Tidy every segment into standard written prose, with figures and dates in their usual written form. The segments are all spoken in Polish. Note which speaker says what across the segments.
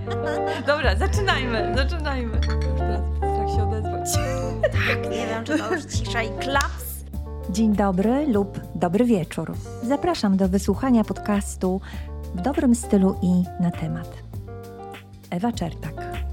Speaker 1: Dobra, zaczynajmy. Już teraz strach się odezwać.
Speaker 2: Tak, nie wiem, czy to już cisza i klaps.
Speaker 3: Dzień dobry lub dobry wieczór. Zapraszam do wysłuchania podcastu w dobrym stylu i na temat. Ewa Czertak.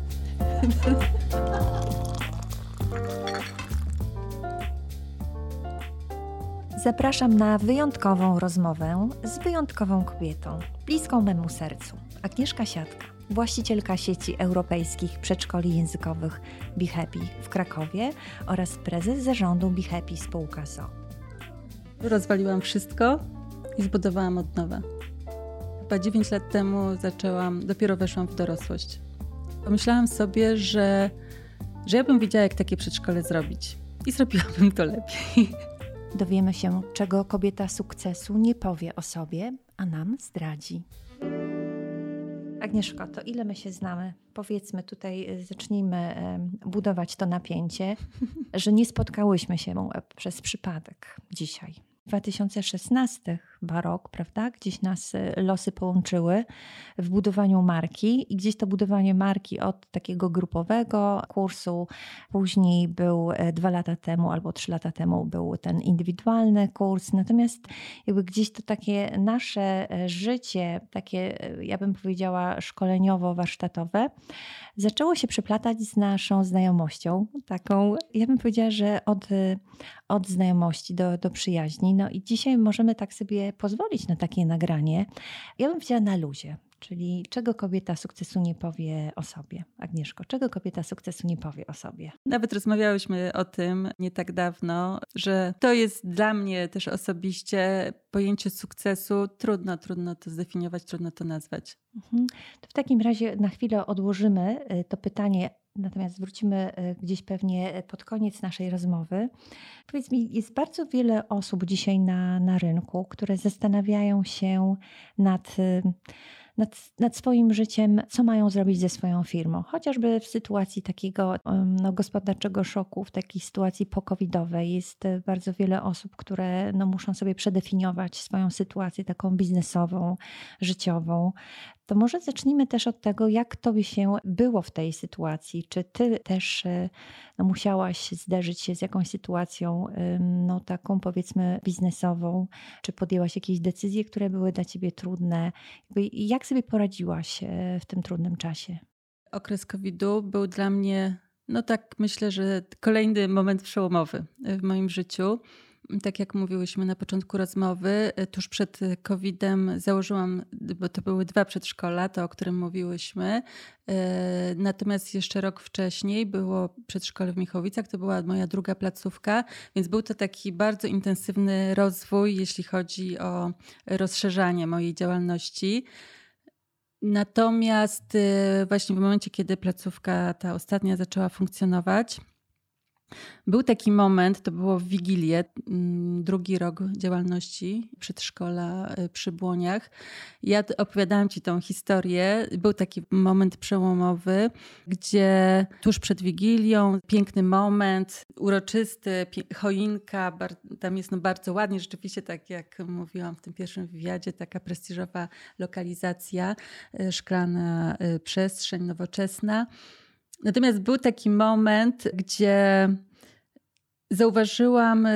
Speaker 3: Zapraszam na wyjątkową rozmowę z wyjątkową kobietą, bliską memu sercu. Agnieszka Siatka, właścicielka sieci europejskich przedszkoli językowych Be Happy w Krakowie oraz prezes zarządu Be Happy spółka z o.o.
Speaker 4: Rozwaliłam wszystko i zbudowałam od nowa. Chyba 9 lat temu dopiero weszłam w dorosłość. Pomyślałam sobie, że ja bym wiedziała, jak takie przedszkole zrobić. I zrobiłabym to lepiej.
Speaker 3: Dowiemy się, czego kobieta sukcesu nie powie o sobie, a nam zdradzi. Agnieszko, to ile my się znamy? Powiedzmy tutaj, zacznijmy budować to napięcie, że nie spotkałyśmy się przez przypadek dzisiaj. 2016 chyba rok, prawda? Gdzieś nas losy połączyły w budowaniu marki i gdzieś to budowanie marki od takiego grupowego kursu, później był 2 lata temu albo 3 lata temu był ten indywidualny kurs, natomiast jakby gdzieś to takie nasze życie, takie ja bym powiedziała szkoleniowo-warsztatowe, zaczęło się przeplatać z naszą znajomością, taką ja bym powiedziała, że od znajomości do przyjaźni. No i dzisiaj możemy tak sobie pozwolić na takie nagranie. Ja bym powiedziała na luzie, czyli czego kobieta sukcesu nie powie o sobie. Agnieszko, czego kobieta sukcesu nie powie o sobie?
Speaker 4: Nawet rozmawiałyśmy o tym nie tak dawno, że to jest dla mnie też osobiście pojęcie sukcesu. Trudno to zdefiniować, trudno to nazwać.
Speaker 3: To w takim razie na chwilę odłożymy to pytanie, natomiast wrócimy gdzieś pewnie pod koniec naszej rozmowy. Powiedz mi, jest bardzo wiele osób dzisiaj na rynku, które zastanawiają się nad swoim życiem, co mają zrobić ze swoją firmą. Chociażby w sytuacji takiego gospodarczego szoku, w takiej sytuacji po-covidowej jest bardzo wiele osób, które muszą sobie przedefiniować swoją sytuację taką biznesową, życiową. To może zacznijmy też od tego, jak tobie się było w tej sytuacji. Czy ty też musiałaś zderzyć się z jakąś sytuacją taką powiedzmy biznesową? Czy podjęłaś jakieś decyzje, które były dla ciebie trudne? Jak sobie poradziłaś w tym trudnym czasie?
Speaker 4: Okres COVID-u był dla mnie, myślę, że kolejny moment przełomowy w moim życiu. Tak jak mówiłyśmy na początku rozmowy, tuż przed COVID-em założyłam, bo to były 2 przedszkola, to o którym mówiłyśmy. Natomiast jeszcze rok wcześniej było przedszkole w Miechowicach, to była moja druga placówka, więc był to taki bardzo intensywny rozwój, jeśli chodzi o rozszerzanie mojej działalności. Natomiast właśnie w momencie, kiedy placówka ta ostatnia zaczęła funkcjonować, był taki moment, to było w Wigilię, 2. rok działalności przedszkola przy Błoniach. Ja opowiadałam ci tą historię. Był taki moment przełomowy, gdzie tuż przed Wigilią, piękny moment, uroczysty, choinka, tam jest bardzo ładnie, rzeczywiście tak jak mówiłam w tym pierwszym wywiadzie, taka prestiżowa lokalizacja, szklana przestrzeń, nowoczesna. Natomiast był taki moment, gdzie zauważyłam,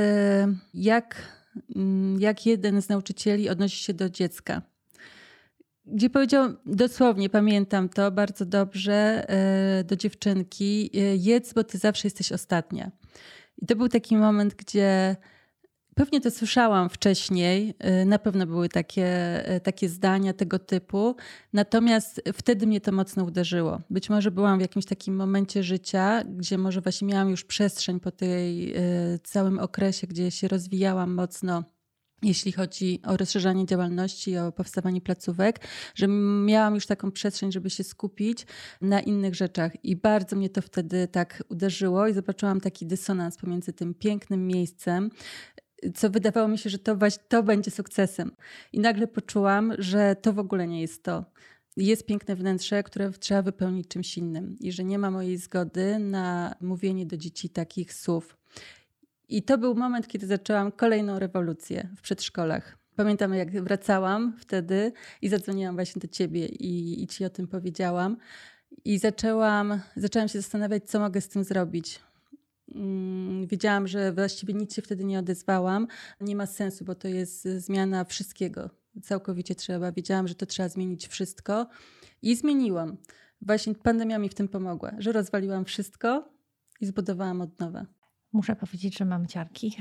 Speaker 4: jak jeden z nauczycieli odnosi się do dziecka. Gdzie powiedział, dosłownie pamiętam to bardzo dobrze, do dziewczynki: jedz, bo ty zawsze jesteś ostatnia. I to był taki moment, gdzie pewnie to słyszałam wcześniej, na pewno były takie zdania tego typu, natomiast wtedy mnie to mocno uderzyło. Być może byłam w jakimś takim momencie życia, gdzie może właśnie miałam już przestrzeń po tej całym okresie, gdzie się rozwijałam mocno, jeśli chodzi o rozszerzanie działalności, o powstawanie placówek, że miałam już taką przestrzeń, żeby się skupić na innych rzeczach. I bardzo mnie to wtedy tak uderzyło i zobaczyłam taki dysonans pomiędzy tym pięknym miejscem, co wydawało mi się, że to będzie sukcesem. I nagle poczułam, że to w ogóle nie jest to. Jest piękne wnętrze, które trzeba wypełnić czymś innym i że nie ma mojej zgody na mówienie do dzieci takich słów. I to był moment, kiedy zaczęłam kolejną rewolucję w przedszkolach. Pamiętam, jak wracałam wtedy i zadzwoniłam właśnie do ciebie i ci o tym powiedziałam. I zaczęłam się zastanawiać, co mogę z tym zrobić. Wiedziałam, że właściwie nic się wtedy nie odezwałam. Nie ma sensu, bo to jest zmiana wszystkiego. Całkowicie trzeba. Wiedziałam, że to trzeba zmienić wszystko i zmieniłam. Właśnie pandemia mi w tym pomogła, że rozwaliłam wszystko i zbudowałam od nowa.
Speaker 3: Muszę powiedzieć, że mam ciarki.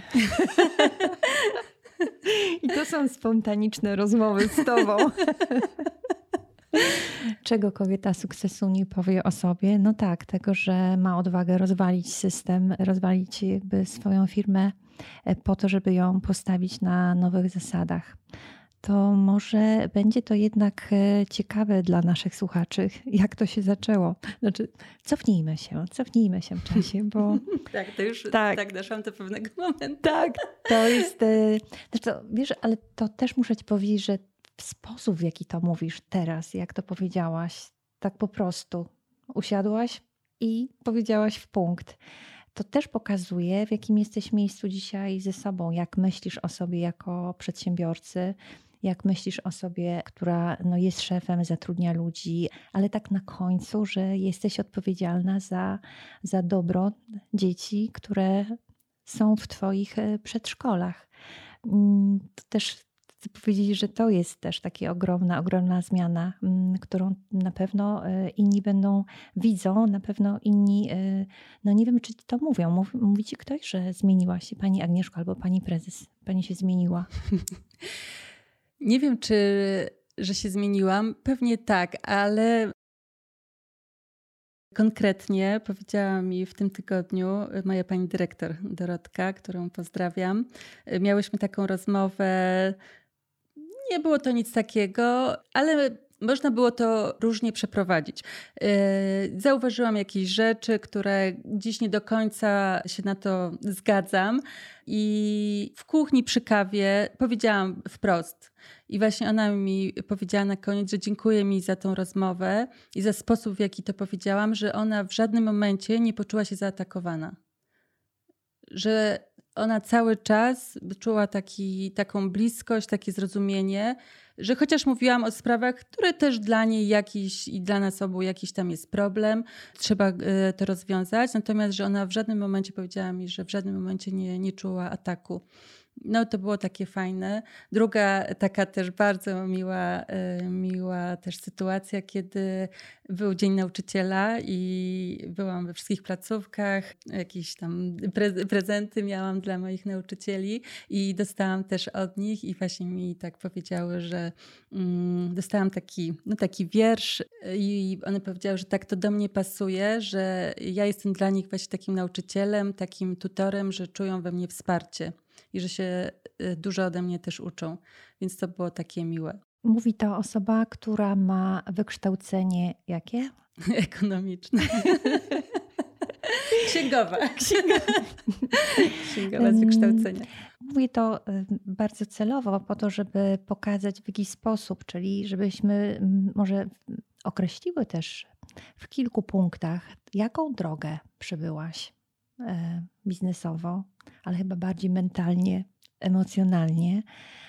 Speaker 3: I to są spontaniczne rozmowy z tobą. Czego kobieta sukcesu nie powie o sobie? No tak, tego, że ma odwagę rozwalić system, rozwalić jakby swoją firmę po to, żeby ją postawić na nowych zasadach. To może będzie to jednak ciekawe dla naszych słuchaczy, jak to się zaczęło. Znaczy, cofnijmy się w czasie, bo...
Speaker 4: Tak, to już tak doszłam do pewnego momentu.
Speaker 3: Tak, to jest... Znaczy, wiesz, ale to też muszę ci powiedzieć, że sposób, w jaki to mówisz teraz, jak to powiedziałaś, tak po prostu usiadłaś i powiedziałaś w punkt. To też pokazuje, w jakim jesteś miejscu dzisiaj ze sobą, jak myślisz o sobie jako przedsiębiorcy, jak myślisz o sobie, która jest szefem, zatrudnia ludzi, ale tak na końcu, że jesteś odpowiedzialna za dobro dzieci, które są w twoich przedszkolach. To też chcę powiedzieć, że to jest też taka ogromna zmiana, którą na pewno inni widzą, na pewno inni, nie wiem, czy to mówią. Mówi ci ktoś, że zmieniła się pani Agnieszko albo pani prezes, pani się zmieniła.
Speaker 4: Nie wiem, że się zmieniłam. Pewnie tak, ale konkretnie powiedziała mi w tym tygodniu moja pani dyrektor Dorotka, którą pozdrawiam. Miałyśmy taką rozmowę. Nie było to nic takiego, ale można było to różnie przeprowadzić. Zauważyłam jakieś rzeczy, które dziś nie do końca się na to zgadzam i w kuchni przy kawie powiedziałam wprost. I właśnie ona mi powiedziała na koniec, że dziękuję mi za tą rozmowę i za sposób, w jaki to powiedziałam, że ona w żadnym momencie nie poczuła się zaatakowana. Że ona cały czas czuła taką bliskość, takie zrozumienie, że chociaż mówiłam o sprawach, które też dla niej jakiś i dla nas obu jakiś tam jest problem, trzeba to rozwiązać, natomiast że ona w żadnym momencie powiedziała mi, że w żadnym momencie nie czuła ataku. No to było takie fajne. Druga taka też bardzo miła też sytuacja, kiedy był Dzień Nauczyciela i byłam we wszystkich placówkach, jakieś tam prezenty miałam dla moich nauczycieli i dostałam też od nich i właśnie mi tak powiedziały, że dostałam taki wiersz i one powiedziały, że tak to do mnie pasuje, że ja jestem dla nich właśnie takim nauczycielem, takim tutorem, że czują we mnie wsparcie. I że się dużo ode mnie też uczą. Więc to było takie miłe.
Speaker 3: Mówi to osoba, która ma wykształcenie jakie?
Speaker 4: Ekonomiczne. Księgowa. Księgowa z wykształcenia.
Speaker 3: Mówię to bardzo celowo po to, żeby pokazać w jaki sposób, czyli żebyśmy może określiły też w kilku punktach, jaką drogę przebyłaś biznesowo, ale chyba bardziej mentalnie, emocjonalnie.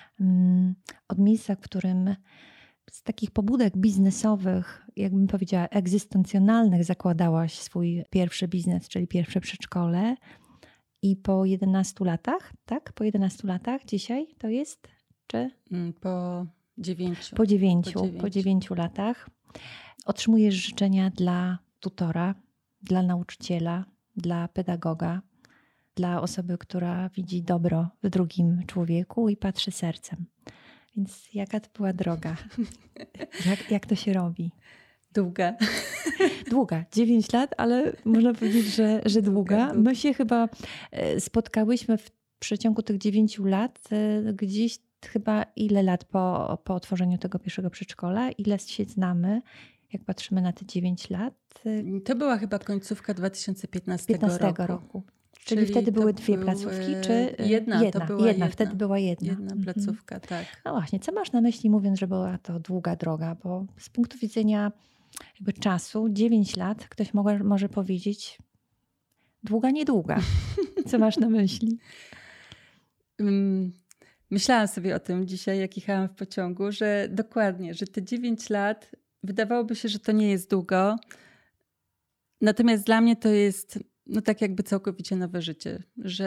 Speaker 3: Od miejsca, w którym z takich pobudek biznesowych, jakbym powiedziała, egzystencjonalnych zakładałaś swój pierwszy biznes, czyli pierwsze przedszkole i po 11 latach, tak? Po 11 latach dzisiaj to jest? Czy?
Speaker 4: Po 9.
Speaker 3: Po 9 latach otrzymujesz życzenia dla tutora, dla nauczyciela, dla pedagoga, dla osoby, która widzi dobro w drugim człowieku i patrzy sercem. Więc jaka to była droga? Jak to się robi?
Speaker 4: Długa.
Speaker 3: Długa. 9 lat, ale można powiedzieć, że długa. My się chyba spotkałyśmy w przeciągu tych 9 lat gdzieś chyba ile lat po otworzeniu tego pierwszego przedszkola, ile się znamy, jak patrzymy na te 9 lat.
Speaker 4: To była chyba końcówka 2015 roku.
Speaker 3: Czyli wtedy były dwie placówki, czy
Speaker 4: jedna?
Speaker 3: Wtedy była jedna.
Speaker 4: Jedna placówka, tak.
Speaker 3: No właśnie, co masz na myśli, mówiąc, że była to długa droga? Bo z punktu widzenia jakby czasu, 9 lat, ktoś może powiedzieć niedługa. Co masz na myśli?
Speaker 4: Myślałam sobie o tym dzisiaj, jak jechałam w pociągu, że dokładnie, że te 9 lat wydawałoby się, że to nie jest długo. Natomiast dla mnie to jest tak jakby całkowicie nowe życie,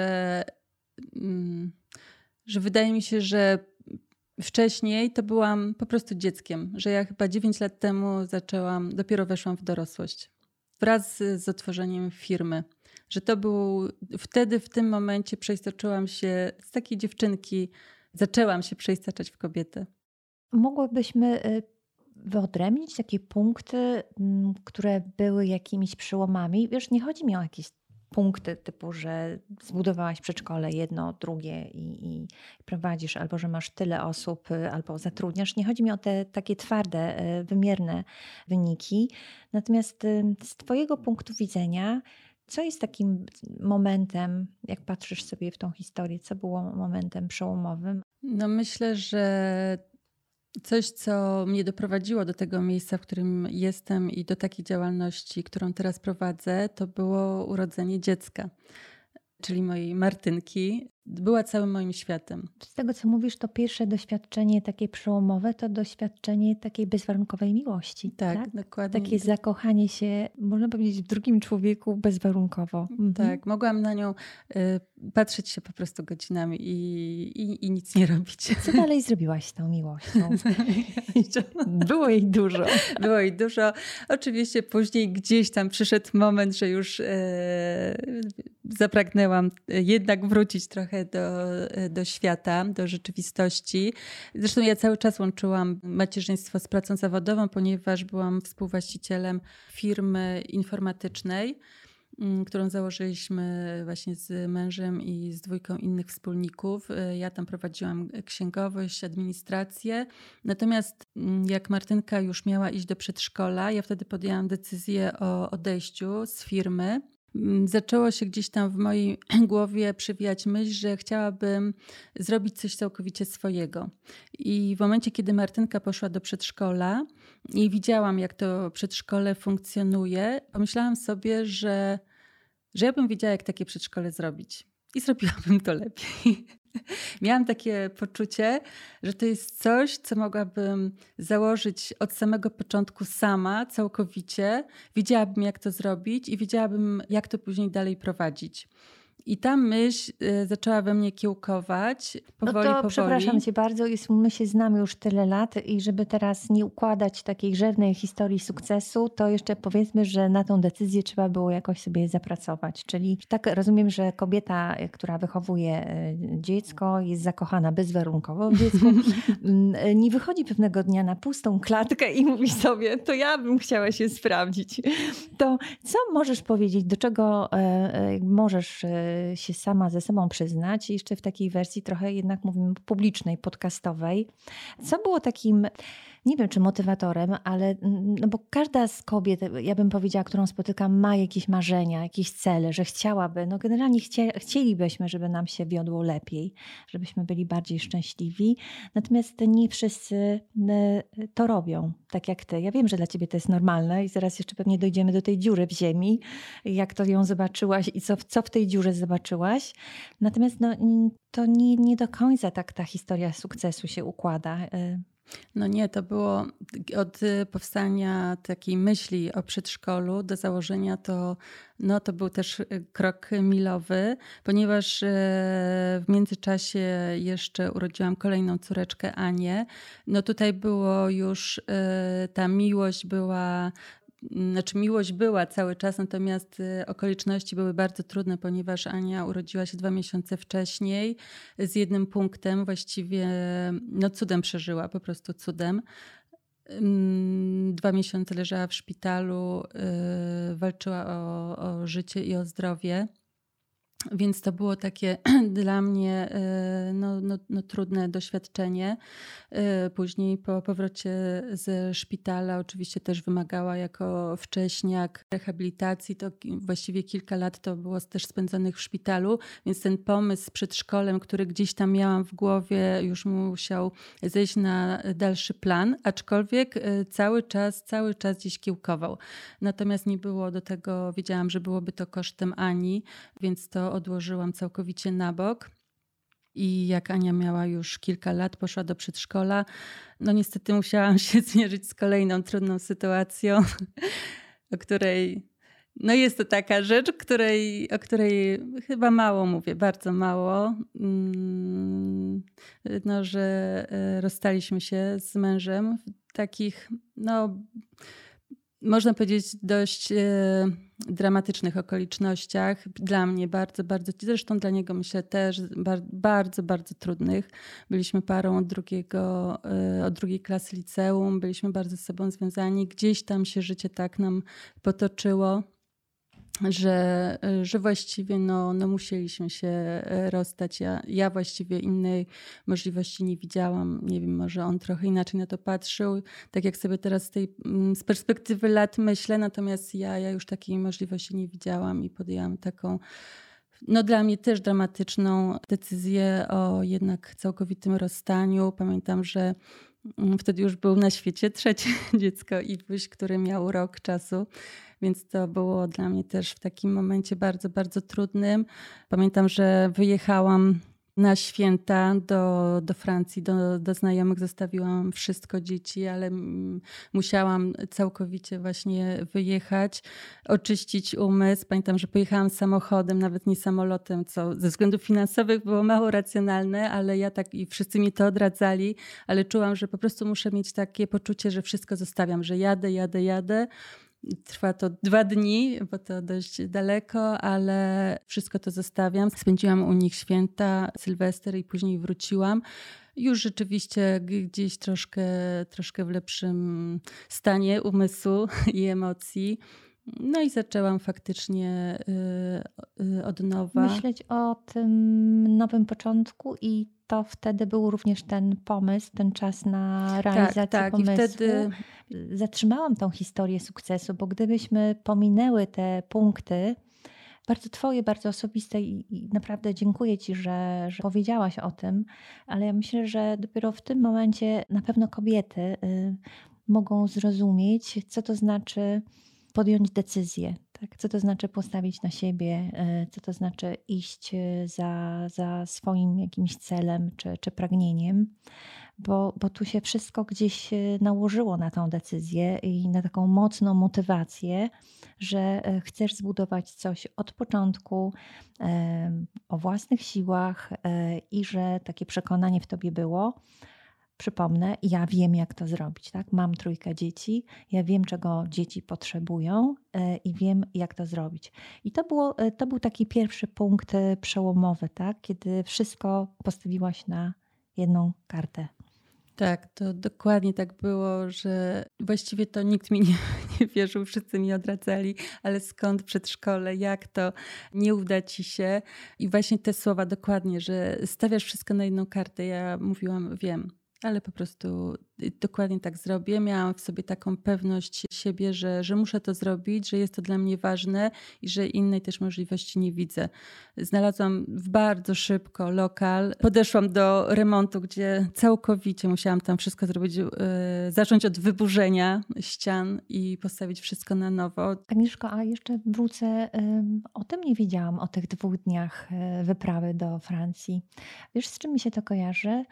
Speaker 4: że wydaje mi się, że wcześniej to byłam po prostu dzieckiem, że ja chyba 9 lat temu dopiero weszłam w dorosłość wraz z otworzeniem firmy. Że to był wtedy, w tym momencie przeistoczyłam się z takiej dziewczynki, zaczęłam się przeistaczać w kobietę.
Speaker 3: Mogłybyśmy wyodrębnić takie punkty, które były jakimiś przełomami. Wiesz, nie chodzi mi o jakieś punkty typu, że zbudowałaś przedszkole jedno, drugie i prowadzisz, albo że masz tyle osób, albo zatrudniasz. Nie chodzi mi o te takie twarde, wymierne wyniki. Natomiast z twojego punktu widzenia, co jest takim momentem, jak patrzysz sobie w tą historię, co było momentem przełomowym?
Speaker 4: Myślę, że coś, co mnie doprowadziło do tego miejsca, w którym jestem i do takiej działalności, którą teraz prowadzę, to było urodzenie dziecka, czyli mojej Martynki. Była całym moim światem.
Speaker 3: Z tego, co mówisz, to pierwsze doświadczenie takie przełomowe to doświadczenie takiej bezwarunkowej miłości.
Speaker 4: Tak, dokładnie.
Speaker 3: Takie zakochanie się, można powiedzieć, w drugim człowieku bezwarunkowo.
Speaker 4: Tak, mogłam na nią patrzeć się po prostu godzinami i nic nie robić.
Speaker 3: Co dalej zrobiłaś z tą miłością? Było jej dużo.
Speaker 4: Było jej dużo. Oczywiście później gdzieś tam przyszedł moment, że już zapragnęłam jednak wrócić trochę do świata, do rzeczywistości. Zresztą ja cały czas łączyłam macierzyństwo z pracą zawodową, ponieważ byłam współwłaścicielem firmy informatycznej, którą założyliśmy właśnie z mężem i z 2 innych wspólników. Ja tam prowadziłam księgowość, administrację. Natomiast jak Martynka już miała iść do przedszkola, ja wtedy podjęłam decyzję o odejściu z firmy. Zaczęło się gdzieś tam w mojej głowie przewijać myśl, że chciałabym zrobić coś całkowicie swojego. I w momencie, kiedy Martynka poszła do przedszkola i widziałam, jak to przedszkole funkcjonuje, pomyślałam sobie, że ja bym wiedziała, jak takie przedszkole zrobić. I zrobiłabym to lepiej. Miałam takie poczucie, że to jest coś, co mogłabym założyć od samego początku sama, całkowicie. Wiedziałabym, jak to zrobić i wiedziałabym, jak to później dalej prowadzić. I ta myśl zaczęła we mnie kiełkować powoli.
Speaker 3: Przepraszam cię bardzo, my się znamy już tyle lat i żeby teraz nie układać takiej rzewnej historii sukcesu, to jeszcze powiedzmy, że na tą decyzję trzeba było jakoś sobie zapracować. Czyli tak rozumiem, że kobieta, która wychowuje dziecko, jest zakochana bezwarunkowo w dziecku, nie wychodzi pewnego dnia na pustą klatkę i mówi sobie, to ja bym chciała się sprawdzić. To co możesz powiedzieć, do czego możesz się sama ze sobą przyznać, jeszcze w takiej wersji trochę jednak mówimy publicznej, podcastowej. Co było takim, nie wiem czy motywatorem, ale bo każda z kobiet, ja bym powiedziała, którą spotykam, ma jakieś marzenia, jakieś cele, że chciałaby, generalnie chcielibyśmy, żeby nam się wiodło lepiej, żebyśmy byli bardziej szczęśliwi. Natomiast nie wszyscy to robią, tak jak ty. Ja wiem, że dla ciebie to jest normalne i zaraz jeszcze pewnie dojdziemy do tej dziury w ziemi, jak to ją zobaczyłaś i co w tej dziurze zobaczyłaś. Natomiast to nie do końca tak ta historia sukcesu się układa.
Speaker 4: Nie, to było od powstania takiej myśli o przedszkolu do założenia to był też krok milowy, ponieważ w międzyczasie jeszcze urodziłam kolejną córeczkę Anię. Tutaj było już, ta miłość była cały czas, natomiast okoliczności były bardzo trudne, ponieważ Ania urodziła się 2 miesiące wcześniej z 1 punktem, właściwie cudem przeżyła, po prostu cudem. 2 miesiące leżała w szpitalu, walczyła o życie i o zdrowie. Więc to było takie dla mnie trudne doświadczenie. Później po powrocie ze szpitala oczywiście też wymagała jako wcześniak rehabilitacji. To właściwie kilka lat to było też spędzonych w szpitalu, więc ten pomysł z przedszkolem, który gdzieś tam miałam w głowie, już musiał zejść na dalszy plan, aczkolwiek cały czas gdzieś kiełkował. Natomiast nie było do tego, wiedziałam, że byłoby to kosztem Ani, więc to odłożyłam całkowicie na bok. I jak Ania miała już kilka lat, poszła do przedszkola. No niestety musiałam się zmierzyć z kolejną trudną sytuacją, o której... No jest to taka rzecz, o której chyba mało mówię, bardzo mało. No, że rozstaliśmy się z mężem w takich, no można powiedzieć, dość dramatycznych okolicznościach. Dla mnie bardzo, bardzo, zresztą dla niego myślę też bardzo, bardzo trudnych. Byliśmy parą od drugiej klasy liceum, byliśmy bardzo z sobą związani. Gdzieś tam się życie tak nam potoczyło, że właściwie no musieliśmy się rozstać. Ja właściwie innej możliwości nie widziałam. Nie wiem, może on trochę inaczej na to patrzył. Tak jak sobie teraz z perspektywy lat myślę, natomiast ja już takiej możliwości nie widziałam i podjęłam taką no dla mnie też dramatyczną decyzję o jednak całkowitym rozstaniu. Pamiętam, że wtedy już był na świecie trzecie dziecko Iwuś, który miał rok czasu, więc to było dla mnie też w takim momencie bardzo, bardzo trudnym. Pamiętam, że wyjechałam na święta do Francji, do znajomych, zostawiłam wszystko, dzieci, ale musiałam całkowicie właśnie wyjechać, oczyścić umysł. Pamiętam, że pojechałam samochodem, nawet nie samolotem, co ze względów finansowych było mało racjonalne, ale ja tak i wszyscy mi to odradzali, ale czułam, że po prostu muszę mieć takie poczucie, że wszystko zostawiam, że jadę. Trwa to 2 dni, bo to dość daleko, ale wszystko to zostawiam. Spędziłam u nich święta, Sylwester i później wróciłam. Już rzeczywiście gdzieś troszkę w lepszym stanie umysłu i emocji. No i zaczęłam faktycznie od nowa.
Speaker 3: Myśleć o tym nowym początku i to wtedy był również ten pomysł, ten czas na realizację pomysłu.
Speaker 4: I wtedy
Speaker 3: zatrzymałam tą historię sukcesu, bo gdybyśmy pominęły te punkty, bardzo twoje, bardzo osobiste i naprawdę dziękuję ci, że powiedziałaś o tym, ale ja myślę, że dopiero w tym momencie na pewno kobiety mogą zrozumieć, co to znaczy podjąć decyzję, tak? Co to znaczy postawić na siebie, co to znaczy iść za swoim jakimś celem czy pragnieniem, bo tu się wszystko gdzieś nałożyło na tą decyzję i na taką mocną motywację, że chcesz zbudować coś od początku, o własnych siłach i że takie przekonanie w tobie było. Przypomnę, ja wiem, jak to zrobić. Tak? Mam 3 dzieci, ja wiem, czego dzieci potrzebują i wiem, jak to zrobić. I to był taki pierwszy punkt przełomowy, tak? Kiedy wszystko postawiłaś na jedną kartę.
Speaker 4: Tak, to dokładnie tak było, że właściwie to nikt mi nie wierzył, wszyscy mi odradzali, ale skąd przedszkole, jak to, nie uda ci się. I właśnie te słowa dokładnie, że stawiasz wszystko na jedną kartę. Ja mówiłam, wiem, ale po prostu dokładnie tak zrobię. Miałam w sobie taką pewność siebie, że muszę to zrobić, że jest to dla mnie ważne i że innej też możliwości nie widzę. Znalazłam bardzo szybko lokal. Podeszłam do remontu, gdzie całkowicie musiałam tam wszystko zrobić, zacząć od wyburzenia ścian i postawić wszystko na nowo.
Speaker 3: Agnieszko, a jeszcze wrócę, o tym nie wiedziałam, o tych 2 dniach wyprawy do Francji. Wiesz, z czym mi się to kojarzy?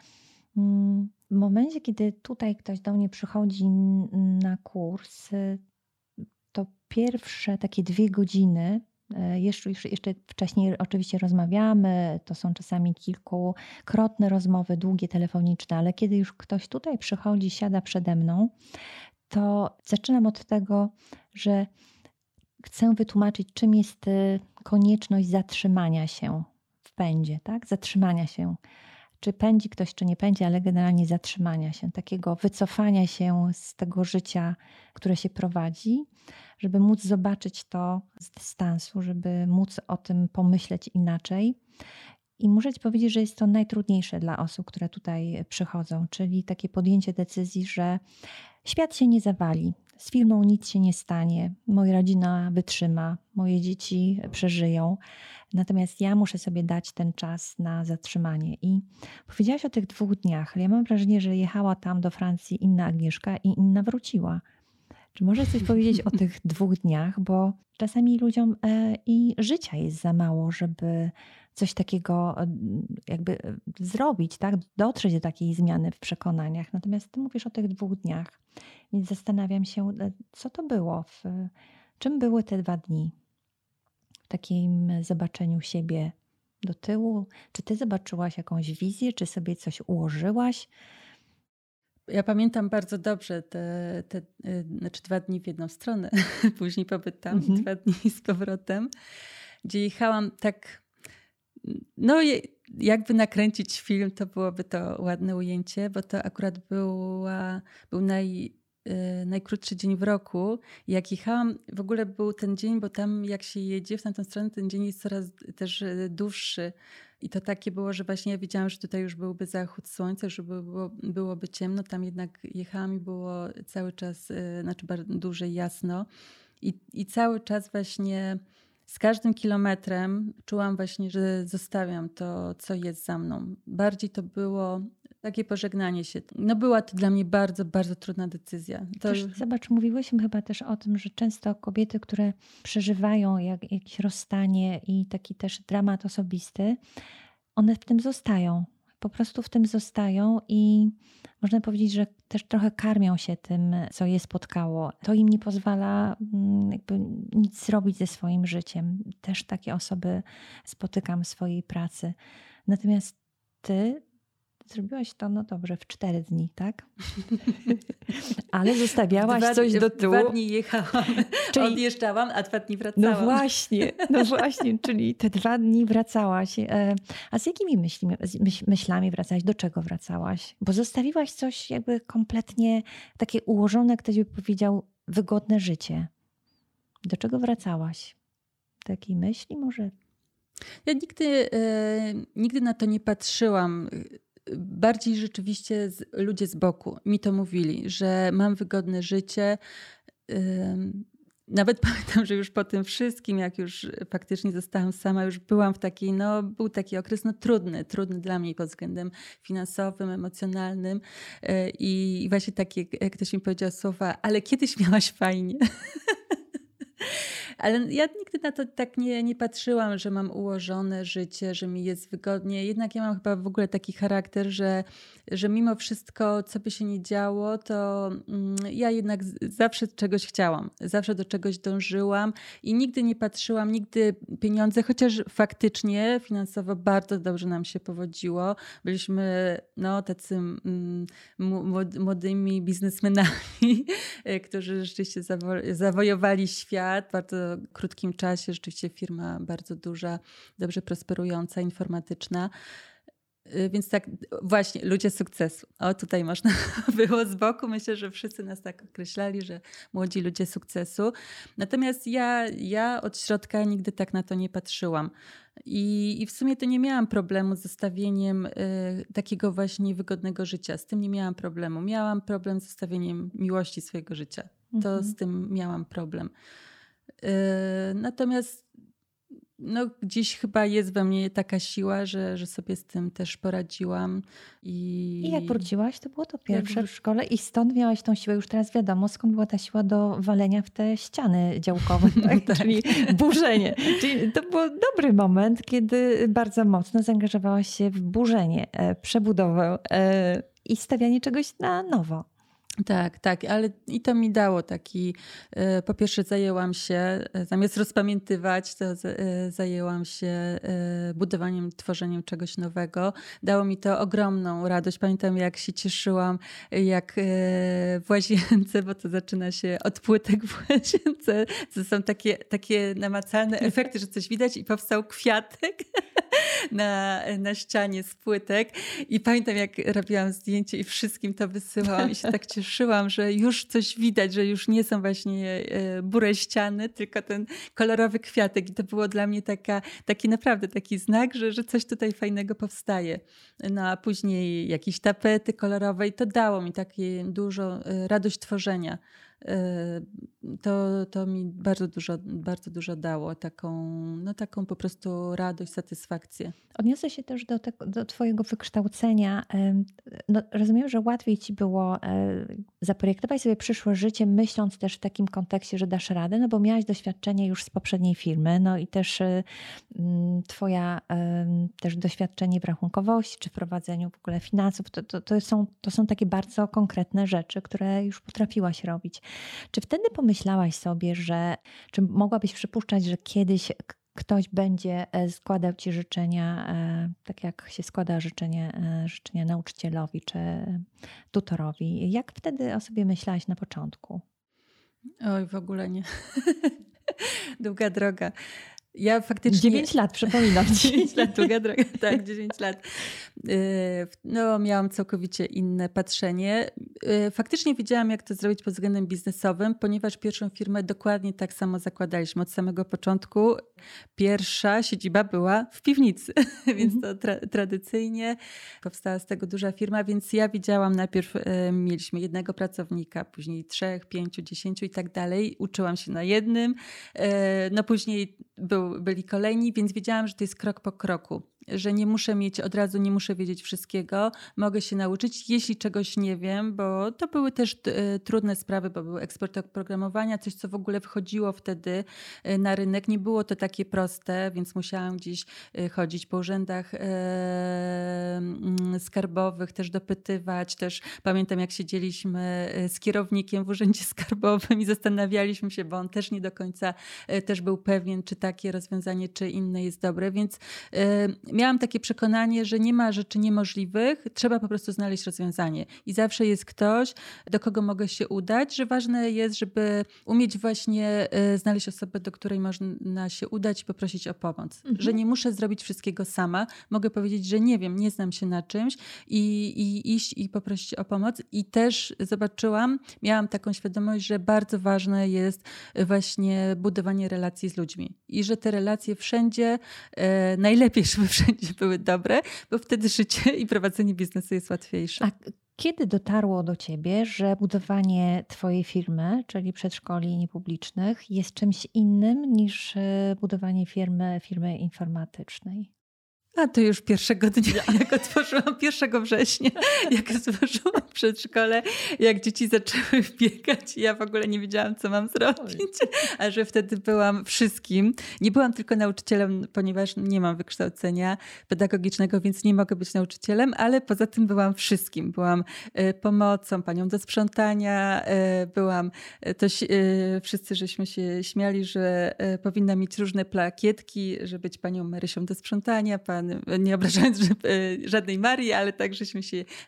Speaker 3: W momencie, kiedy tutaj ktoś do mnie przychodzi na kurs, to pierwsze takie 2 godziny, jeszcze wcześniej oczywiście rozmawiamy, to są czasami kilkukrotne rozmowy, długie, telefoniczne, ale kiedy już ktoś tutaj przychodzi, siada przede mną, to zaczynam od tego, że chcę wytłumaczyć, czym jest konieczność zatrzymania się w pędzie, tak? Zatrzymania się. Czy pędzi ktoś, czy nie pędzi, ale generalnie zatrzymania się, takiego wycofania się z tego życia, które się prowadzi, żeby móc zobaczyć to z dystansu, żeby móc o tym pomyśleć inaczej. I muszę ci powiedzieć, że jest to najtrudniejsze dla osób, które tutaj przychodzą, czyli takie podjęcie decyzji, że świat się nie zawali, z firmą nic się nie stanie, moja rodzina wytrzyma, moje dzieci przeżyją. Natomiast ja muszę sobie dać ten czas na zatrzymanie. I powiedziałaś o tych 2 dniach, ale ja mam wrażenie, że jechała tam do Francji inna Agnieszka i inna wróciła. Czy możesz coś powiedzieć o tych 2 dniach, bo czasami ludziom i życia jest za mało, żeby coś takiego jakby zrobić, tak? Dotrzeć do takiej zmiany w przekonaniach. Natomiast ty mówisz o tych 2 dniach, więc zastanawiam się, co to było, czym były te 2 dni w takim zobaczeniu siebie do tyłu? Czy ty zobaczyłaś jakąś wizję, czy sobie coś ułożyłaś?
Speaker 4: Ja pamiętam bardzo dobrze znaczy 2 dni w jedną stronę, później pobyt tam, 2 dni z powrotem, gdzie jechałam tak, no jakby nakręcić film, to byłoby to ładne ujęcie, bo to akurat był najkrótszy dzień w roku. Jak jechałam, w ogóle był ten dzień, bo tam jak się jedzie w tamtą stronę, ten dzień jest coraz też dłuższy. I to takie było, że właśnie ja wiedziałam, że tutaj już byłby zachód słońca, że byłoby ciemno. Tam jednak jechałam i było cały czas, znaczy bardzo dłużej jasno. I cały czas właśnie z każdym kilometrem czułam właśnie, że zostawiam to, co jest za mną. Bardziej to było takie pożegnanie się. No była to dla mnie bardzo, bardzo trudna decyzja.
Speaker 3: Też, zobacz, mówiłyśmy chyba też o tym, że często kobiety, które przeżywają jakieś rozstanie i taki też dramat osobisty, one w tym zostają. Po prostu w tym zostają i można powiedzieć, że też trochę karmią się tym, co je spotkało. To im nie pozwala jakby nic zrobić ze swoim życiem. Też takie osoby spotykam w swojej pracy. Natomiast ty zrobiłaś to, no dobrze, w 4 dni, tak? Ale zostawiałaś coś do tyłu.
Speaker 4: 2 dni jechałam, odjeżdżałam, a 2 dni wracałam.
Speaker 3: No właśnie, czyli te 2 dni wracałaś. A z jakimi myślami wracałaś? Do czego wracałaś? Bo zostawiłaś coś jakby kompletnie takie ułożone, ktoś by powiedział, wygodne życie. Do czego wracałaś? Do jakiej myśli może?
Speaker 4: Ja nigdy na to nie patrzyłam. Bardziej rzeczywiście ludzie z boku mi to mówili, że mam wygodne życie. Nawet pamiętam, że już po tym wszystkim, jak już faktycznie zostałam sama, już byłam w takiej, był taki okres trudny dla mnie pod względem finansowym, emocjonalnym. I właśnie takie, ktoś mi powiedział słowa, ale kiedyś miałaś fajnie. Ale ja nigdy na to tak nie patrzyłam, że mam ułożone życie, że mi jest wygodnie. Jednak ja mam chyba w ogóle taki charakter, że mimo wszystko, co by się nie działo, to ja jednak zawsze czegoś chciałam. Zawsze do czegoś dążyłam i nigdy nie patrzyłam, nigdy pieniądze, chociaż faktycznie finansowo bardzo dobrze nam się powodziło. Byliśmy tacy młodymi biznesmenami, którzy rzeczywiście zawojowali świat w bardzo krótkim czasie. Rzeczywiście firma bardzo duża, dobrze prosperująca, informatyczna. Więc tak właśnie, ludzie sukcesu. O, tutaj można było z boku. Myślę, że wszyscy nas tak określali, że młodzi ludzie sukcesu. Natomiast ja od środka nigdy tak na to nie patrzyłam. I w sumie to nie miałam problemu z zostawieniem takiego właśnie wygodnego życia. Z tym nie miałam problemu. Miałam problem z zostawieniem miłości swojego życia. To z tym miałam problem. Natomiast gdzieś chyba jest we mnie taka siła, że sobie z tym też poradziłam.
Speaker 3: I jak wróciłaś, to było to pierwsze w szkole i stąd miałaś tą siłę. Już teraz wiadomo, skąd była ta siła do walenia w te ściany działkowe, tak? Czyli burzenie. Czyli to był dobry moment, kiedy bardzo mocno zaangażowałaś się w burzenie, przebudowę i stawianie czegoś na nowo.
Speaker 4: Tak, ale i to mi dało taki, po pierwsze zajęłam się, zamiast rozpamiętywać, to zajęłam się budowaniem, tworzeniem czegoś nowego. Dało mi to ogromną radość. Pamiętam, jak się cieszyłam, jak w łazience, bo to zaczyna się od płytek w łazience, to są takie namacalne efekty, że coś widać i powstał kwiatek na ścianie z płytek. I pamiętam, jak robiłam zdjęcie i wszystkim to wysyłałam i się tak cieszyłam, że już coś widać, że już nie są właśnie burę ściany, tylko ten kolorowy kwiatek. I to było dla mnie taki naprawdę taki znak, że coś tutaj fajnego powstaje. A później jakieś tapety kolorowe i to dało mi takie dużo radość tworzenia. To mi bardzo dużo dało, taką po prostu radość, satysfakcję.
Speaker 3: Odniosę się też do twojego wykształcenia. No, rozumiem, że łatwiej ci było zaprojektować sobie przyszłe życie, myśląc też w takim kontekście, że dasz radę, no bo miałaś doświadczenie już z poprzedniej firmy, no i też twoja też doświadczenie w rachunkowości, czy w prowadzeniu w ogóle finansów, to są takie bardzo konkretne rzeczy, które już potrafiłaś robić. Czy wtedy pomyślałaś sobie, czy mogłabyś przypuszczać, że kiedyś ktoś będzie składał ci życzenia, tak jak się składa życzenia nauczycielowi czy tutorowi? Jak wtedy o sobie myślałaś na początku?
Speaker 4: Oj, w ogóle nie. Długa droga. Ja faktycznie...
Speaker 3: 9 lat, przypominam ci.
Speaker 4: 9 lat, długa droga, tak, 9 lat. No, miałam całkowicie inne patrzenie. Faktycznie wiedziałam, jak to zrobić pod względem biznesowym, ponieważ pierwszą firmę dokładnie tak samo zakładaliśmy od samego początku. Pierwsza siedziba była w piwnicy, więc to tradycyjnie powstała z tego duża firma, więc ja widziałam, najpierw mieliśmy jednego pracownika, później 3, 5, 10 i tak dalej. Uczyłam się na jednym, no później byli kolejni, więc wiedziałam, że to jest krok po kroku, że nie muszę nie muszę wiedzieć wszystkiego, mogę się nauczyć, jeśli czegoś nie wiem, bo to były też trudne sprawy, bo był eksport oprogramowania, coś, co w ogóle wchodziło wtedy na rynek. Nie było to takie proste, więc musiałam gdzieś chodzić po urzędach skarbowych, też dopytywać. Też pamiętam, jak siedzieliśmy z kierownikiem w urzędzie skarbowym i zastanawialiśmy się, bo on też nie do końca też był pewien, czy takie rozwiązanie, czy inne jest dobre, więc miałam takie przekonanie, że nie ma rzeczy niemożliwych, trzeba po prostu znaleźć rozwiązanie. I zawsze jest ktoś, do kogo mogę się udać, że ważne jest, żeby umieć właśnie znaleźć osobę, do której można się udać i poprosić o pomoc. Że nie muszę zrobić wszystkiego sama. Mogę powiedzieć, że nie wiem, nie znam się na czymś i iść i poprosić o pomoc. I też miałam taką świadomość, że bardzo ważne jest właśnie budowanie relacji z ludźmi. I że te relacje wszędzie, najlepiej, żeby wszędzie były dobre, bo wtedy życie i prowadzenie biznesu jest łatwiejsze.
Speaker 3: A kiedy dotarło do ciebie, że budowanie twojej firmy, czyli przedszkoli niepublicznych, jest czymś innym niż budowanie firmy informatycznej?
Speaker 4: A to już pierwszego dnia, jak otworzyłam 1 września, jak otworzyłam przedszkole, jak dzieci zaczęły biegać i ja w ogóle nie wiedziałam, co mam zrobić. A że wtedy byłam wszystkim. Nie byłam tylko nauczycielem, ponieważ nie mam wykształcenia pedagogicznego, więc nie mogę być nauczycielem, ale poza tym byłam wszystkim. Byłam pomocą, panią do sprzątania, wszyscy żeśmy się śmiali, że powinna mieć różne plakietki, żeby być panią Marysią do sprzątania, nie obrażając żadnej Marii, ale tak, żeśmy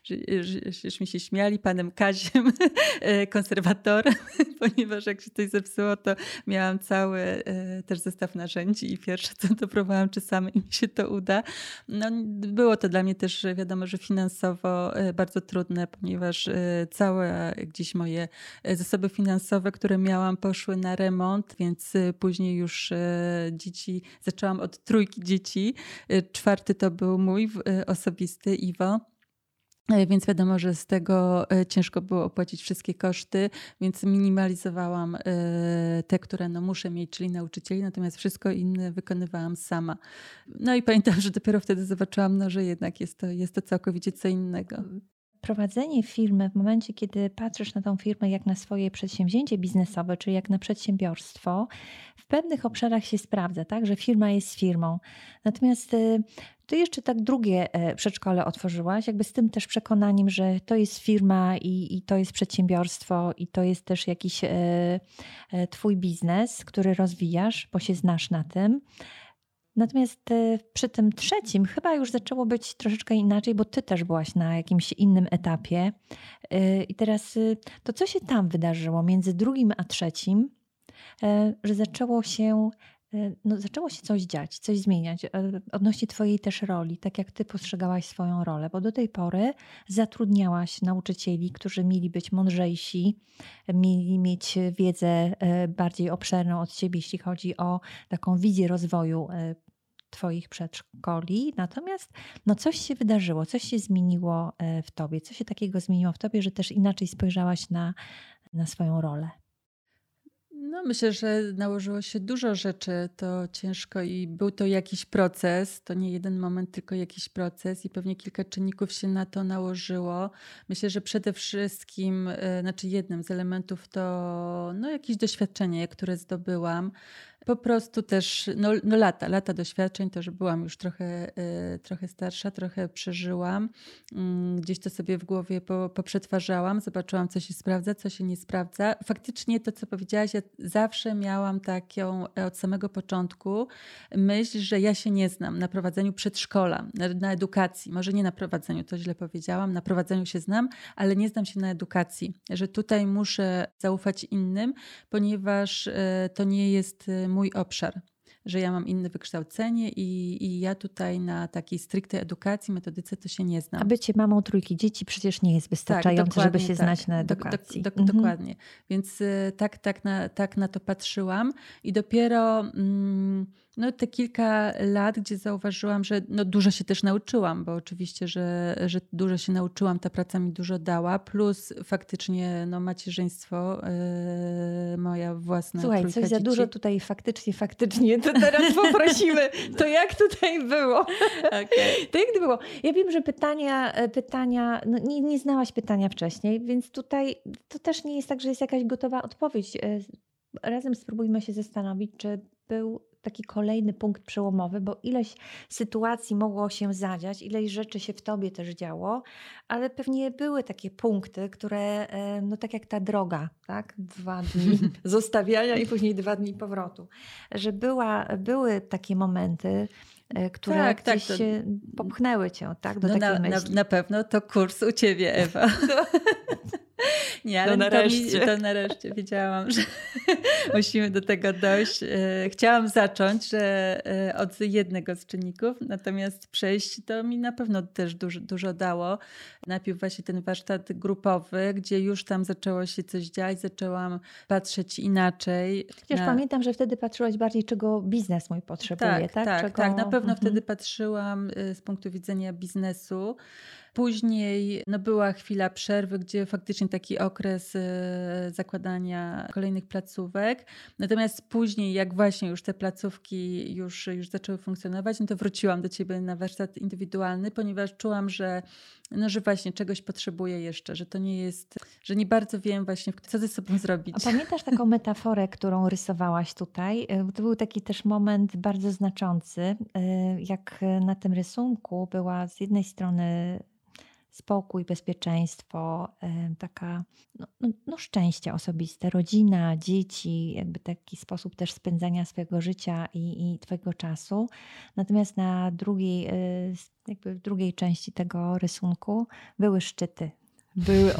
Speaker 4: się śmiali, panem Kaziem, konserwatorem, ponieważ jak się coś zepsuło, to miałam cały też zestaw narzędzi i pierwsze to próbowałam, czy samej mi się to uda. No, było to dla mnie też wiadomo, że finansowo bardzo trudne, ponieważ całe gdzieś moje zasoby finansowe, które miałam, poszły na remont, więc później już zaczęłam od 3 dzieci. 4 to był mój osobisty, Iwo. Więc wiadomo, że z tego ciężko było opłacić wszystkie koszty, więc minimalizowałam te, które muszę mieć, czyli nauczycieli, natomiast wszystko inne wykonywałam sama. No i pamiętam, że dopiero wtedy zobaczyłam, że jednak jest to całkowicie co innego.
Speaker 3: Prowadzenie firmy w momencie, kiedy patrzysz na tą firmę jak na swoje przedsięwzięcie biznesowe, czy jak na przedsiębiorstwo, w pewnych obszarach się sprawdza, tak, że firma jest firmą. Natomiast ty jeszcze tak drugie przedszkole otworzyłaś, jakby z tym też przekonaniem, że to jest firma i to jest przedsiębiorstwo i to jest też jakiś twój biznes, który rozwijasz, bo się znasz na tym. Natomiast przy tym 3 chyba już zaczęło być troszeczkę inaczej, bo ty też byłaś na jakimś innym etapie. I teraz to, co się tam wydarzyło między 2 a 3, że zaczęło się coś dziać, coś zmieniać odnośnie twojej też roli, tak jak ty postrzegałaś swoją rolę, bo do tej pory zatrudniałaś nauczycieli, którzy mieli być mądrzejsi, mieli mieć wiedzę bardziej obszerną od ciebie, jeśli chodzi o taką wizję rozwoju twoich przedszkoli. Natomiast coś się wydarzyło, coś się zmieniło w tobie. Co się takiego zmieniło w tobie, że też inaczej spojrzałaś na swoją rolę?
Speaker 4: No, myślę, że nałożyło się dużo rzeczy, to ciężko i był to jakiś proces, to nie jeden moment, tylko jakiś proces i pewnie kilka czynników się na to nałożyło. Myślę, że przede wszystkim, znaczy jednym z elementów to jakieś doświadczenie, które zdobyłam. Po prostu też lata doświadczeń, to że byłam już trochę starsza, trochę przeżyłam. Gdzieś to sobie w głowie poprzetwarzałam, zobaczyłam, co się sprawdza, co się nie sprawdza. Faktycznie to, co powiedziałaś, ja zawsze miałam taką od samego początku myśl, że ja się nie znam na prowadzeniu przedszkola, na edukacji. Może nie na prowadzeniu, to źle powiedziałam, na prowadzeniu się znam, ale nie znam się na edukacji. Że tutaj muszę zaufać innym, ponieważ to nie jest mój obszar, że ja mam inne wykształcenie i ja tutaj na takiej stricte edukacji, metodyce to się nie znam.
Speaker 3: A bycie mamą 3 dzieci przecież nie jest wystarczające, żeby się znać na edukacji.
Speaker 4: Dokładnie. Więc tak na to patrzyłam i dopiero te kilka lat, gdzie zauważyłam, że dużo się też nauczyłam, bo oczywiście, że dużo się nauczyłam, ta praca mi dużo dała, plus faktycznie macierzyństwo, moja własna
Speaker 3: Słuchaj,
Speaker 4: trójka
Speaker 3: coś za
Speaker 4: dzieci.
Speaker 3: dużo tutaj faktycznie, to teraz poprosimy. To jak tutaj było?
Speaker 4: Okay.
Speaker 3: To jak to było? Ja wiem, że pytania nie znałaś pytania wcześniej, więc tutaj to też nie jest tak, że jest jakaś gotowa odpowiedź. Razem spróbujmy się zastanowić, czy był taki kolejny punkt przełomowy, bo ileś sytuacji mogło się zadziać, ileś rzeczy się w tobie też działo, ale pewnie były takie punkty, które, tak jak ta droga, tak? 2 dni zostawiania i później 2 dni powrotu, że były takie momenty, które gdzieś popchnęły cię, tak? Do takiej myśli.
Speaker 4: Na pewno to kurs u ciebie, Ewa. Nie, ale
Speaker 3: nareszcie.
Speaker 4: Nareszcie wiedziałam, że musimy do tego dojść. Chciałam zacząć od jednego z czynników, natomiast przejść to mi na pewno też dużo dało. Najpierw właśnie ten warsztat grupowy, gdzie już tam zaczęło się coś dziać, zaczęłam patrzeć inaczej.
Speaker 3: Chociaż pamiętam, że wtedy patrzyłaś bardziej, czego biznes mój potrzebuje, tak?
Speaker 4: Tak, na pewno wtedy patrzyłam z punktu widzenia biznesu. Później była chwila przerwy, gdzie faktycznie taki okres zakładania kolejnych placówek. Natomiast później, jak właśnie już te placówki już zaczęły funkcjonować, to wróciłam do ciebie na warsztat indywidualny, ponieważ czułam, że właśnie czegoś potrzebuję jeszcze, że to nie jest, że nie bardzo wiem właśnie, co ze sobą zrobić.
Speaker 3: A pamiętasz taką metaforę, którą rysowałaś tutaj? To był taki też moment bardzo znaczący, jak na tym rysunku była z jednej strony spokój, bezpieczeństwo, taka szczęście osobiste, rodzina, dzieci, jakby taki sposób też spędzania swojego życia i twojego czasu. Natomiast na w drugiej części tego rysunku były szczyty. Były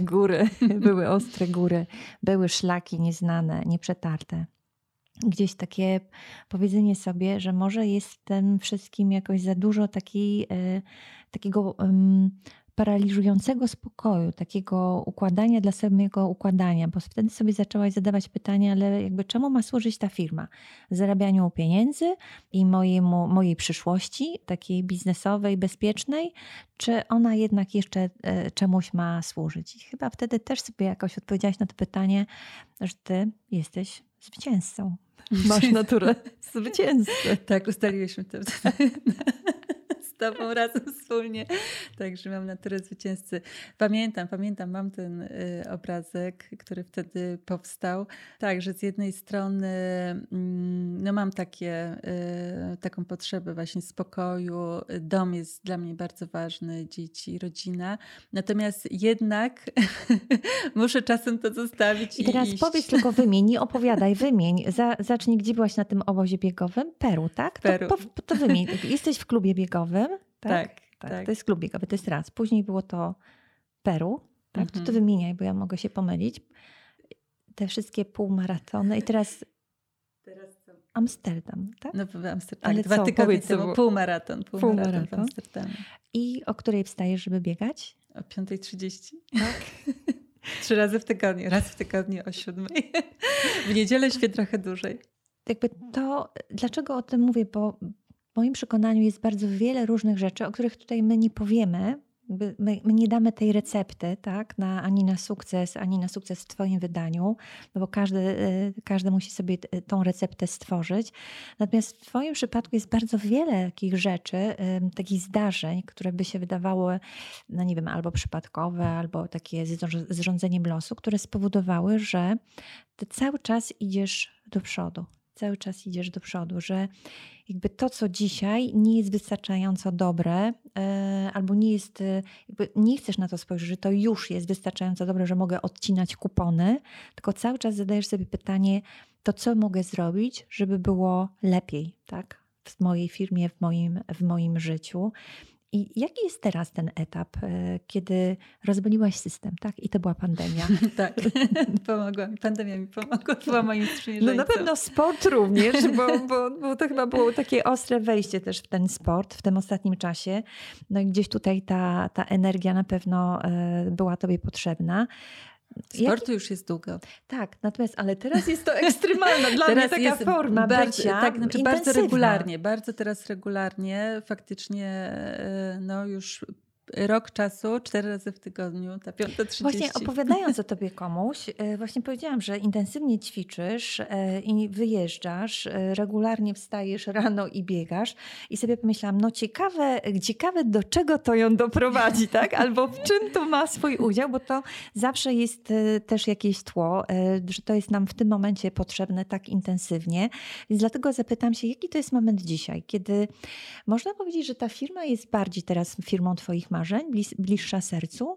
Speaker 3: ostre góry, były szlaki nieznane, nieprzetarte. Gdzieś takie powiedzenie sobie, że może jest w tym wszystkim jakoś za dużo takiego paraliżującego spokoju, takiego układania dla samego układania, bo wtedy sobie zaczęłaś zadawać pytania, ale jakby czemu ma służyć ta firma? Zarabianiu pieniędzy i mojej przyszłości, takiej biznesowej, bezpiecznej, czy ona jednak jeszcze czemuś ma służyć? I chyba wtedy też sobie jakoś odpowiedziałaś na to pytanie, że ty jesteś zwycięzcą. Masz naturę zwycięzcy.
Speaker 4: Tak, ustaliłyśmy to z tobą razem wspólnie. Także mam naturę zwycięzcy. Pamiętam, mam ten obrazek, który wtedy powstał. Tak, że z jednej strony mam taką potrzebę właśnie spokoju. Dom jest dla mnie bardzo ważny, dzieci, rodzina. Natomiast jednak muszę czasem to zostawić
Speaker 3: i teraz
Speaker 4: iść.
Speaker 3: Powiedz tylko wymień, nie opowiadaj, wymień. Zacznij, gdzie byłaś na tym obozie biegowym? Peru, tak?
Speaker 4: Peru.
Speaker 3: To wymień. Jesteś w klubie biegowym, tak?
Speaker 4: Tak.
Speaker 3: To jest klub biegowy, to jest raz. Później było to Peru, tak? To wymieniaj, bo ja mogę się pomylić. Te wszystkie półmaratony i teraz
Speaker 4: co?
Speaker 3: Amsterdam, tak?
Speaker 4: No w Amsterdamie.
Speaker 3: Ale
Speaker 4: 2 tygodnie
Speaker 3: co?
Speaker 4: temu półmaraton w Amsterdamie.
Speaker 3: I o której wstajesz, żeby biegać?
Speaker 4: O 5:30.
Speaker 3: Tak.
Speaker 4: 3 razy w tygodniu. Raz w tygodniu o 7:00. W niedzielę śpię trochę dłużej.
Speaker 3: Jakby to, dlaczego o tym mówię? Bo w moim przekonaniu jest bardzo wiele różnych rzeczy, o których tutaj my nie powiemy, My nie damy tej recepty, tak, ani na sukces w Twoim wydaniu, no bo każdy musi sobie tą receptę stworzyć. Natomiast w Twoim przypadku jest bardzo wiele takich rzeczy, takich zdarzeń, które by się wydawały, no nie wiem, albo przypadkowe, albo takie z rządzeniem losu, które spowodowały, że Ty cały czas idziesz do przodu. Że jakby to, co dzisiaj nie jest wystarczająco dobre, albo nie chcesz na to spojrzeć, że to już jest wystarczająco dobre, że mogę odcinać kupony, tylko cały czas zadajesz sobie pytanie, to co mogę zrobić, żeby było lepiej, tak? W mojej firmie, w moim życiu. I jaki jest teraz ten etap, kiedy rozwaliłaś system, tak? I to była pandemia.
Speaker 4: Tak, pandemia mi pomogła, była moim sprzymierzeńcem.
Speaker 3: No na pewno sport również, bo to chyba było takie ostre wejście też w ten sport w tym ostatnim czasie. No i gdzieś tutaj ta energia na pewno była Tobie potrzebna.
Speaker 4: Sportu już jest długo.
Speaker 3: Tak, natomiast ale teraz jest to ekstremalna dla mnie taka forma bycia
Speaker 4: tak, znaczy bardzo regularnie, faktycznie no już rok czasu, 4 razy w tygodniu, ta 5:30.
Speaker 3: Właśnie opowiadając o Tobie komuś, właśnie powiedziałam, że intensywnie ćwiczysz i wyjeżdżasz, regularnie wstajesz rano i biegasz i sobie pomyślałam, no ciekawe do czego to ją doprowadzi, tak? Albo w czym to ma swój udział, bo to zawsze jest też jakieś tło, że to jest nam w tym momencie potrzebne tak intensywnie. Więc dlatego zapytam się, jaki to jest moment dzisiaj, kiedy można powiedzieć, że ta firma jest bardziej teraz firmą Twoich marzeń, bliższa sercu?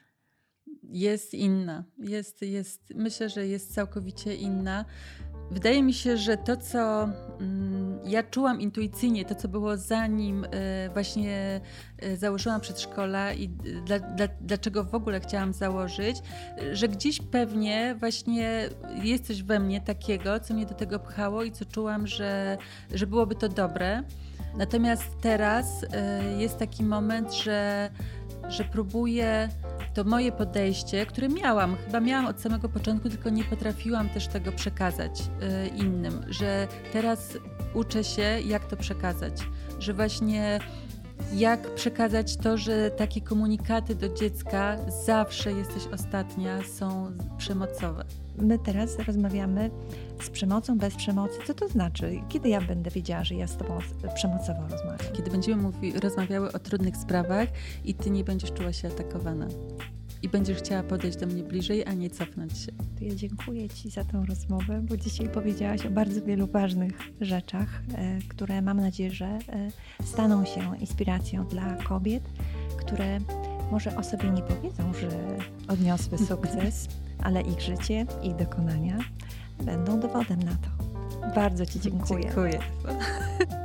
Speaker 4: Jest inna. Myślę, że jest całkowicie inna. Wydaje mi się, że to, co ja czułam intuicyjnie, to, co było zanim właśnie założyłam przedszkola i dlaczego w ogóle chciałam założyć, że gdzieś pewnie właśnie jest coś we mnie takiego, co mnie do tego pchało i co czułam, że byłoby to dobre. Natomiast teraz jest taki moment, że próbuję to moje podejście, które chyba miałam od samego początku, tylko nie potrafiłam też tego przekazać innym, że teraz uczę się, jak to przekazać, że właśnie jak przekazać to, że takie komunikaty do dziecka zawsze jesteś ostatnia są przemocowe.
Speaker 3: My teraz rozmawiamy z przemocą, bez przemocy. Co to znaczy? Kiedy ja będę wiedziała, że ja z Tobą przemocowo rozmawiam?
Speaker 4: Kiedy będziemy rozmawiały o trudnych sprawach i Ty nie będziesz czuła się atakowana. I będziesz chciała podejść do mnie bliżej, a nie cofnąć się.
Speaker 3: To ja dziękuję Ci za tę rozmowę, bo dzisiaj powiedziałaś o bardzo wielu ważnych rzeczach, które mam nadzieję, że staną się inspiracją dla kobiet, które może o sobie nie powiedzą, że odniosły sukces, ale ich życie, ich dokonania będą dowodem na to. Bardzo Ci dziękuję.
Speaker 4: Dziękuję.